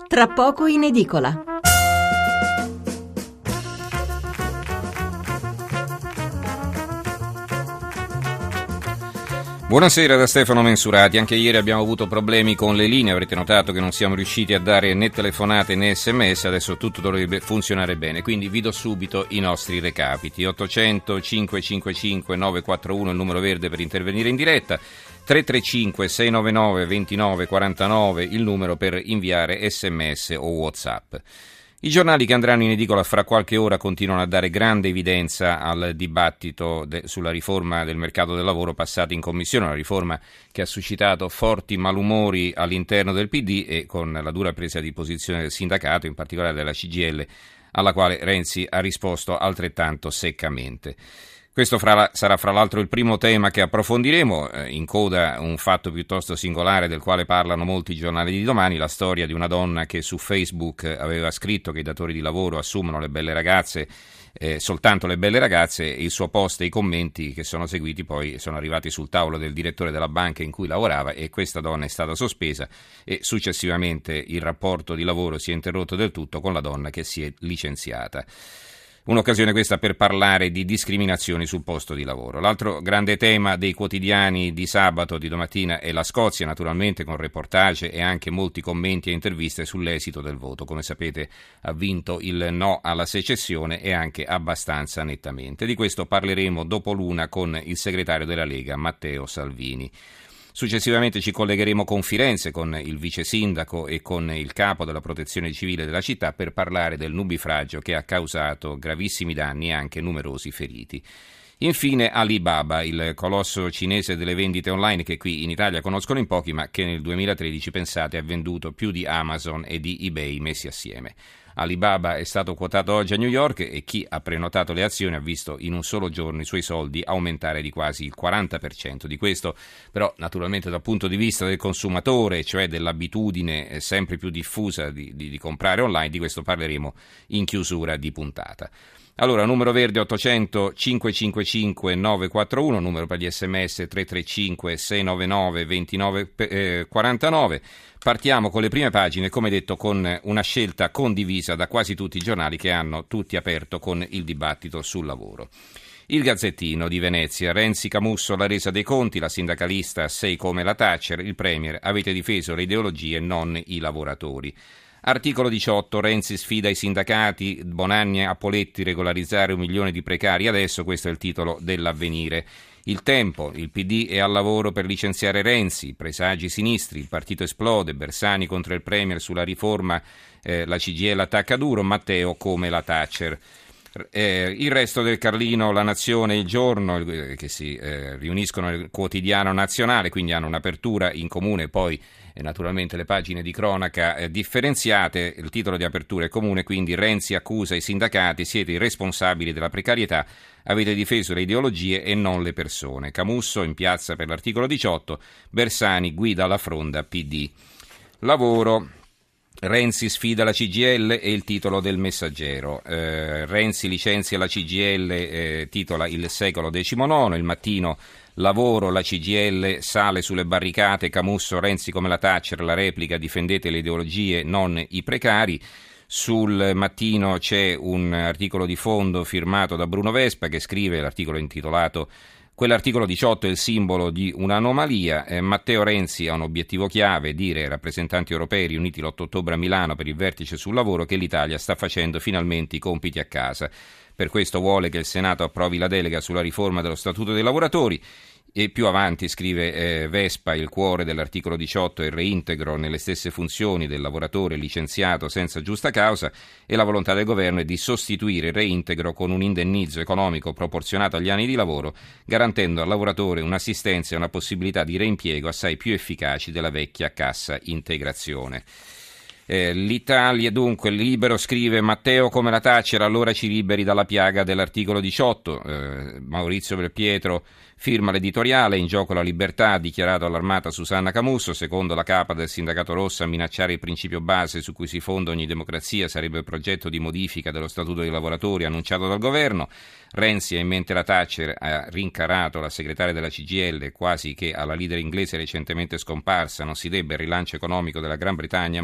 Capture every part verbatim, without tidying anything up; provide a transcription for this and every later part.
tra poco in edicola. Buonasera da Stefano Mensurati. Anche ieri abbiamo avuto problemi con le linee, avrete notato che non siamo riusciti a dare né telefonate né sms, adesso tutto dovrebbe funzionare bene, quindi vi do subito i nostri recapiti. ottocento cinquecentocinquantacinque novecentoquarantuno il numero verde per intervenire in diretta, tre tre cinque sei nove nove due nove quattro nove il numero per inviare sms o WhatsApp. I giornali che andranno in edicola fra qualche ora continuano a dare grande evidenza al dibattito de- sulla riforma del mercato del lavoro passata in commissione, una riforma che ha suscitato forti malumori all'interno del P D e con la dura presa di posizione del sindacato, in particolare della C G I L, alla quale Renzi ha risposto altrettanto seccamente. Questo fra la, sarà fra l'altro il primo tema che approfondiremo, eh, in coda un fatto piuttosto singolare del quale parlano molti giornali di domani, la storia di una donna che su Facebook aveva scritto che i datori di lavoro assumono le belle ragazze, eh, soltanto le belle ragazze, e il suo post e i commenti che sono seguiti poi sono arrivati sul tavolo del direttore della banca in cui lavorava e questa donna è stata sospesa e successivamente il rapporto di lavoro si è interrotto del tutto con la donna che si è licenziata. Un'occasione questa per parlare di discriminazioni sul posto di lavoro. L'altro grande tema dei quotidiani di sabato, di domattina, è la Scozia, naturalmente con reportage e anche molti commenti e interviste sull'esito del voto. Come sapete ha vinto il no alla secessione e anche abbastanza nettamente. Di questo parleremo dopo l'una con il segretario della Lega, Matteo Salvini. Successivamente ci collegheremo con Firenze, con il vice sindaco e con il capo della protezione civile della città per parlare del nubifragio che ha causato gravissimi danni e anche numerosi feriti. Infine Alibaba, il colosso cinese delle vendite online che qui in Italia conoscono in pochi, ma che nel duemilatredici, pensate, ha venduto più di Amazon e di eBay messi assieme. Alibaba è stato quotato oggi a New York e chi ha prenotato le azioni ha visto in un solo giorno i suoi soldi aumentare di quasi il quaranta per cento. Di questo però naturalmente dal punto di vista del consumatore, cioè dell'abitudine sempre più diffusa di, di, di comprare online, di questo parleremo in chiusura di puntata. Allora, numero verde ottocento cinquecentocinquantacinque novecentoquarantuno, numero per gli sms tre tre cinque sei nove nove due nove quattro nove. Partiamo con le prime pagine, come detto, con una scelta condivisa da quasi tutti i giornali che hanno tutti aperto con il dibattito sul lavoro. Il Gazzettino di Venezia, Renzi Camusso la resa dei conti, la sindacalista sei come la Thatcher, il Premier avete difeso le ideologie non i lavoratori. Articolo diciotto, Renzi sfida i sindacati, Bonanni a Poletti regolarizzare un milione di precari, adesso questo è il titolo dell'Avvenire. Il Tempo, il P D è al lavoro per licenziare Renzi, presagi sinistri, il partito esplode, Bersani contro il Premier sulla riforma, eh, la C G I L attacca duro, Matteo come la Thatcher. Eh, il resto del Carlino, La Nazione e Il Giorno, eh, che si eh, riuniscono nel quotidiano nazionale, quindi hanno un'apertura in comune, poi eh, naturalmente le pagine di cronaca eh, differenziate. Il titolo di apertura è comune, quindi Renzi accusa i sindacati, siete i responsabili della precarietà, avete difeso le ideologie e non le persone. Camusso in piazza per l'articolo diciotto, Bersani guida la fronda P D. Lavoro. Renzi sfida la C G I L e il titolo del Messaggero. Eh, Renzi licenzia la C G I L, eh, titola Il secolo diciannove. Il Mattino, lavoro, la C G I L sale sulle barricate, Camusso, Renzi come la Thatcher, la replica, difendete le ideologie, non i precari. Sul Mattino c'è un articolo di fondo firmato da Bruno Vespa che scrive, l'articolo è intitolato Quell'articolo diciotto è il simbolo di un'anomalia. Eh, Matteo Renzi ha un obiettivo chiave, dire ai rappresentanti europei riuniti l'otto ottobre a Milano per il vertice sul lavoro che l'Italia sta facendo finalmente i compiti a casa. Per questo vuole che il Senato approvi la delega sulla riforma dello Statuto dei lavoratori. E più avanti scrive eh, Vespa, il cuore dell'articolo diciotto è il reintegro nelle stesse funzioni del lavoratore licenziato senza giusta causa e la volontà del governo è di sostituire il reintegro con un indennizzo economico proporzionato agli anni di lavoro, garantendo al lavoratore un'assistenza e una possibilità di reimpiego assai più efficaci della vecchia cassa integrazione. Eh, L'Italia dunque, Libero scrive Matteo come la Thatcher, allora ci liberi dalla piaga dell'articolo diciotto. eh, Maurizio Belpietro firma l'editoriale, in gioco la libertà, ha dichiarato allarmata Susanna Camusso, secondo la capa del sindacato Rossa minacciare il principio base su cui si fonda ogni democrazia sarebbe il progetto di modifica dello statuto dei lavoratori annunciato dal governo. Renzi ha in mente la Thatcher, ha rincarato la segretaria della C G I L, quasi che alla leader inglese recentemente scomparsa non si debba il rilancio economico della Gran Bretagna ma il suo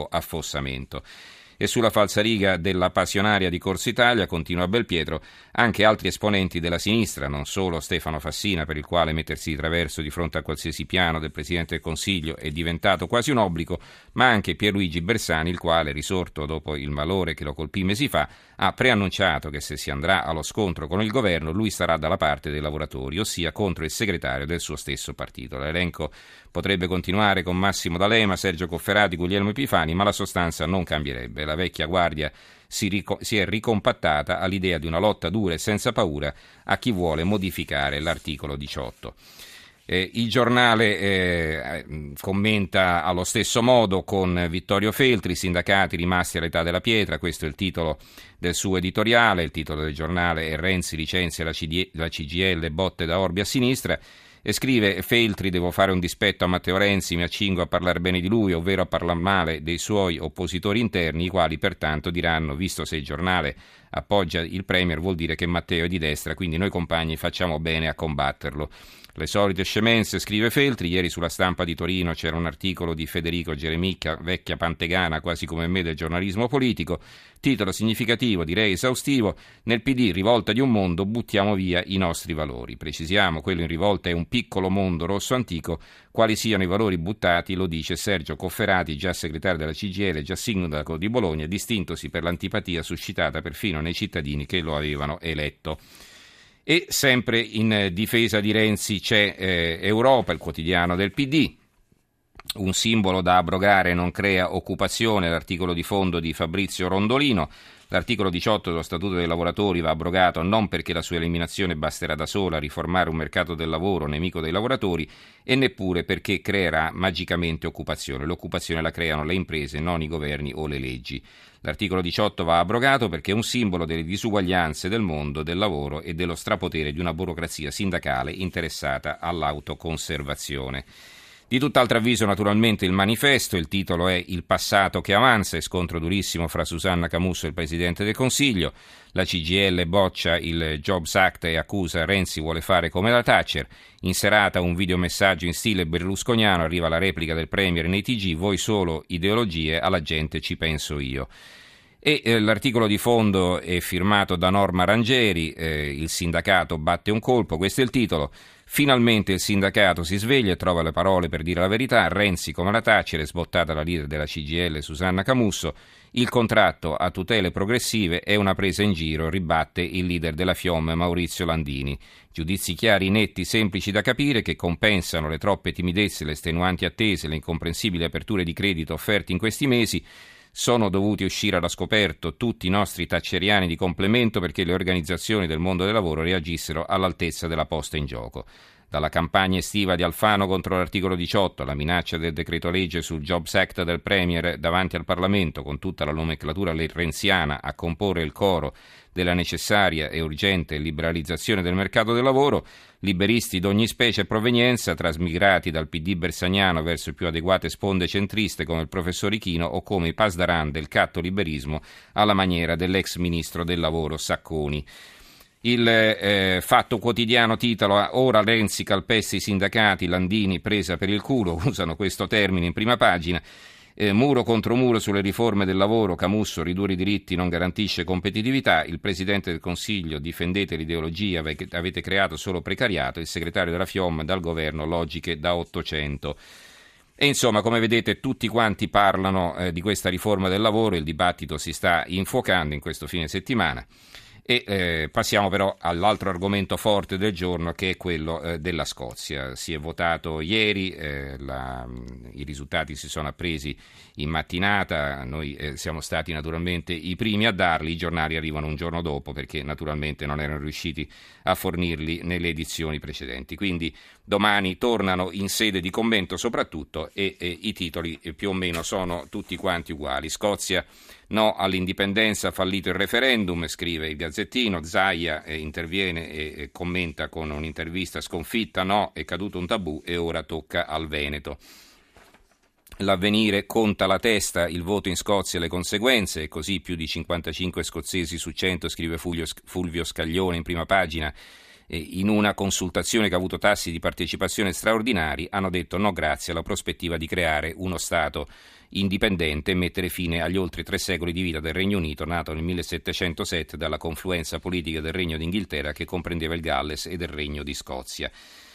nuovo affossamento. E sulla falsariga della passionaria di Corsa Italia, continua Belpietro, anche altri esponenti della sinistra, non solo Stefano Fassina, per il quale mettersi di traverso di fronte a qualsiasi piano del Presidente del Consiglio è diventato quasi un obbligo, ma anche Pierluigi Bersani, il quale, risorto dopo il malore che lo colpì mesi fa, ha preannunciato che se si andrà allo scontro con il governo lui starà dalla parte dei lavoratori, ossia contro il segretario del suo stesso partito. L'elenco potrebbe continuare con Massimo D'Alema, Sergio Cofferati, Guglielmo Epifani, ma la sostanza non cambierebbe. La vecchia guardia si, rico- si è ricompattata all'idea di una lotta dura e senza paura a chi vuole modificare l'articolo diciotto. Eh, il giornale eh, commenta allo stesso modo con Vittorio Feltri, i sindacati rimasti all'età della pietra, questo è il titolo del suo editoriale, il titolo del giornale è Renzi licenzia la, C D- la C G I L, botte da orbi a sinistra. E scrive Feltri: devo fare un dispetto a Matteo Renzi, mi accingo a parlare bene di lui, ovvero a parlare male dei suoi oppositori interni, i quali pertanto diranno, visto se il giornale appoggia il Premier vuol dire che Matteo è di destra, quindi noi compagni facciamo bene a combatterlo. Le solite scemenze, scrive Feltri. Ieri sulla Stampa di Torino c'era un articolo di Federico Geremicca, vecchia pantegana quasi come me del giornalismo politico, titolo significativo, direi esaustivo: nel P D rivolta di un mondo, buttiamo via i nostri valori. Precisiamo, quello in rivolta è un piccolo mondo rosso antico, quali siano i valori buttati lo dice Sergio Cofferati, già segretario della C G I L, già sindaco di Bologna, distintosi per l'antipatia suscitata perfino nei cittadini che lo avevano eletto. E sempre in difesa di Renzi c'è eh, Europa, il quotidiano del P D. Un simbolo da abrogare non crea occupazione, l'articolo di fondo di Fabrizio Rondolino. L'articolo diciotto dello Statuto dei lavoratori va abrogato non perché la sua eliminazione basterà da sola a riformare un mercato del lavoro nemico dei lavoratori e neppure perché creerà magicamente occupazione. L'occupazione la creano le imprese, non i governi o le leggi. L'articolo diciotto va abrogato perché è un simbolo delle disuguaglianze del mondo del lavoro e dello strapotere di una burocrazia sindacale interessata all'autoconservazione. Di tutt'altro avviso naturalmente il manifesto, il titolo è Il passato che avanza, e scontro durissimo fra Susanna Camusso e il Presidente del Consiglio. La C G I L boccia il Jobs Act e accusa Renzi vuole fare come la Thatcher. In serata un videomessaggio in stile berlusconiano, arriva la replica del Premier nei T G, voi solo ideologie, alla gente ci penso io. E eh, l'articolo di fondo è firmato da Norma Rangieri, eh, il sindacato batte un colpo, questo è il titolo. Finalmente il sindacato si sveglia e trova le parole per dire la verità. Renzi come la Thatcher, è sbottata la leader della C G I L Susanna Camusso. Il contratto a tutele progressive è una presa in giro, ribatte il leader della FIOM Maurizio Landini. Giudizi chiari, netti, semplici da capire, che compensano le troppe timidezze, le estenuanti attese, le incomprensibili aperture di credito offerte in questi mesi. Sono dovuti uscire allo scoperto tutti i nostri thatcheriani di complemento perché le organizzazioni del mondo del lavoro reagissero all'altezza della posta in gioco. Dalla campagna estiva di Alfano contro l'articolo diciotto, alla minaccia del decreto legge sul Jobs Act del Premier davanti al Parlamento, con tutta la nomenclatura renziana a comporre il coro della necessaria e urgente liberalizzazione del mercato del lavoro, liberisti d'ogni specie e provenienza, trasmigrati dal P D bersaniano verso più adeguate sponde centriste come il professor Ichino o come i pasdaran del catto liberismo alla maniera dell'ex ministro del lavoro Sacconi. Il eh, Fatto Quotidiano titola: ora Renzi calpesta i sindacati, Landini presa per il culo, usano questo termine in prima pagina. Eh, muro contro muro sulle riforme del lavoro, Camusso ridurre i diritti non garantisce competitività, il Presidente del Consiglio difendete l'ideologia, avete creato solo precariato, il segretario della FIOM dal governo logiche da ottocento. E insomma, come vedete, tutti quanti parlano eh, di questa riforma del lavoro, il dibattito si sta infuocando in questo fine settimana. E eh, passiamo però all'altro argomento forte del giorno, che è quello eh, della Scozia. Si è votato ieri, eh, la, i risultati si sono appresi in mattinata, noi eh, siamo stati naturalmente i primi a darli, i giornali arrivano un giorno dopo perché naturalmente non erano riusciti a fornirli nelle edizioni precedenti. Quindi domani tornano in sede di commento soprattutto e, e i titoli eh, più o meno sono tutti quanti uguali. Scozia no all'indipendenza, fallito il referendum, scrive il Gazzettino. Zaia eh, interviene e, e commenta con un'intervista: sconfitta, no, è caduto un tabù e ora tocca al Veneto. L'Avvenire conta la testa, il voto in Scozia e le conseguenze, e così più di cinquantacinque scozzesi su cento, scrive Fulvio, Fulvio Scaglione in prima pagina, eh, in una consultazione che ha avuto tassi di partecipazione straordinari, hanno detto no grazie alla prospettiva di creare uno Stato indipendente e mettere fine agli oltre tre secoli di vita del Regno Unito, nato nel millesettecentosette dalla confluenza politica del Regno d'Inghilterra che comprendeva il Galles e del Regno di Scozia.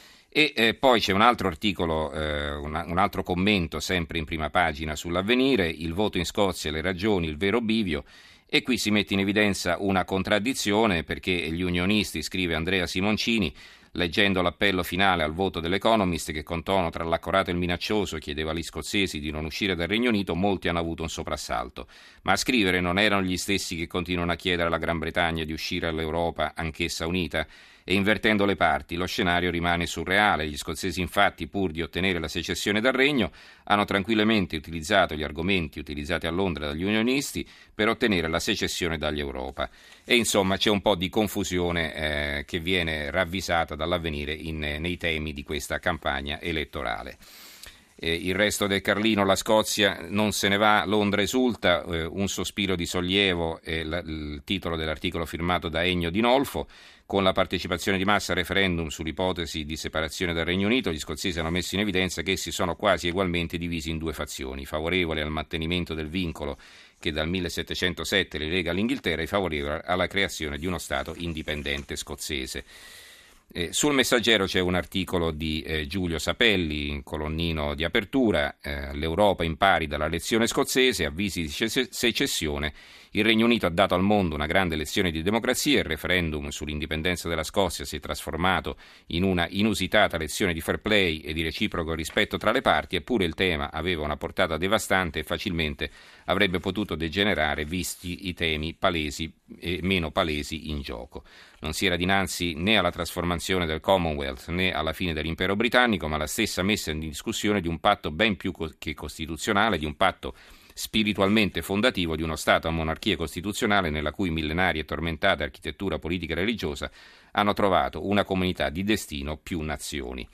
E eh, poi c'è un altro articolo, eh, una, un altro commento sempre in prima pagina sull'Avvenire, il voto in Scozia, le ragioni, il vero bivio. E qui si mette in evidenza una contraddizione perché gli unionisti, scrive Andrea Simoncini, leggendo l'appello finale al voto dell'Economist che con tono tra l'accorato e il minaccioso chiedeva agli scozzesi di non uscire dal Regno Unito, molti hanno avuto un soprassalto. Ma a scrivere non erano gli stessi che continuano a chiedere alla Gran Bretagna di uscire dall'Europa, anch'essa unita? E invertendo le parti, lo scenario rimane surreale. Gli scozzesi infatti, pur di ottenere la secessione dal Regno, hanno tranquillamente utilizzato gli argomenti utilizzati a Londra dagli unionisti per ottenere la secessione dall'Europa. E insomma c'è un po' di confusione eh, che viene ravvisata dall'Avvenire in, nei temi di questa campagna elettorale. Eh, il resto del Carlino, la Scozia non se ne va, Londra esulta, eh, un sospiro di sollievo è la, il titolo dell'articolo firmato da Ennio Di Nolfo. Con la partecipazione di massa al referendum sull'ipotesi di separazione dal Regno Unito, gli scozzesi hanno messo in evidenza che essi sono quasi ugualmente divisi in due fazioni, favorevoli al mantenimento del vincolo che dal millesettecentosette li lega all'Inghilterra e favorevoli alla creazione di uno Stato indipendente scozzese. Eh, sul Messaggero c'è un articolo di eh, Giulio Sapelli, in colonnino di apertura, eh, l'Europa impari dalla lezione scozzese, avvisi di secessione, il Regno Unito ha dato al mondo una grande lezione di democrazia, il referendum sull'indipendenza della Scozia si è trasformato in una inusitata lezione di fair play e di reciproco rispetto tra le parti, eppure il tema aveva una portata devastante e facilmente avrebbe potuto degenerare visti i temi palesi e meno palesi in gioco. Non si era dinanzi né alla trasformazione del Commonwealth né alla fine dell'impero britannico, ma alla stessa messa in discussione di un patto ben più che costituzionale, di un patto spiritualmente fondativo di uno Stato a monarchia costituzionale nella cui millenaria e tormentata architettura politica e religiosa hanno trovato una comunità di destino più nazioni.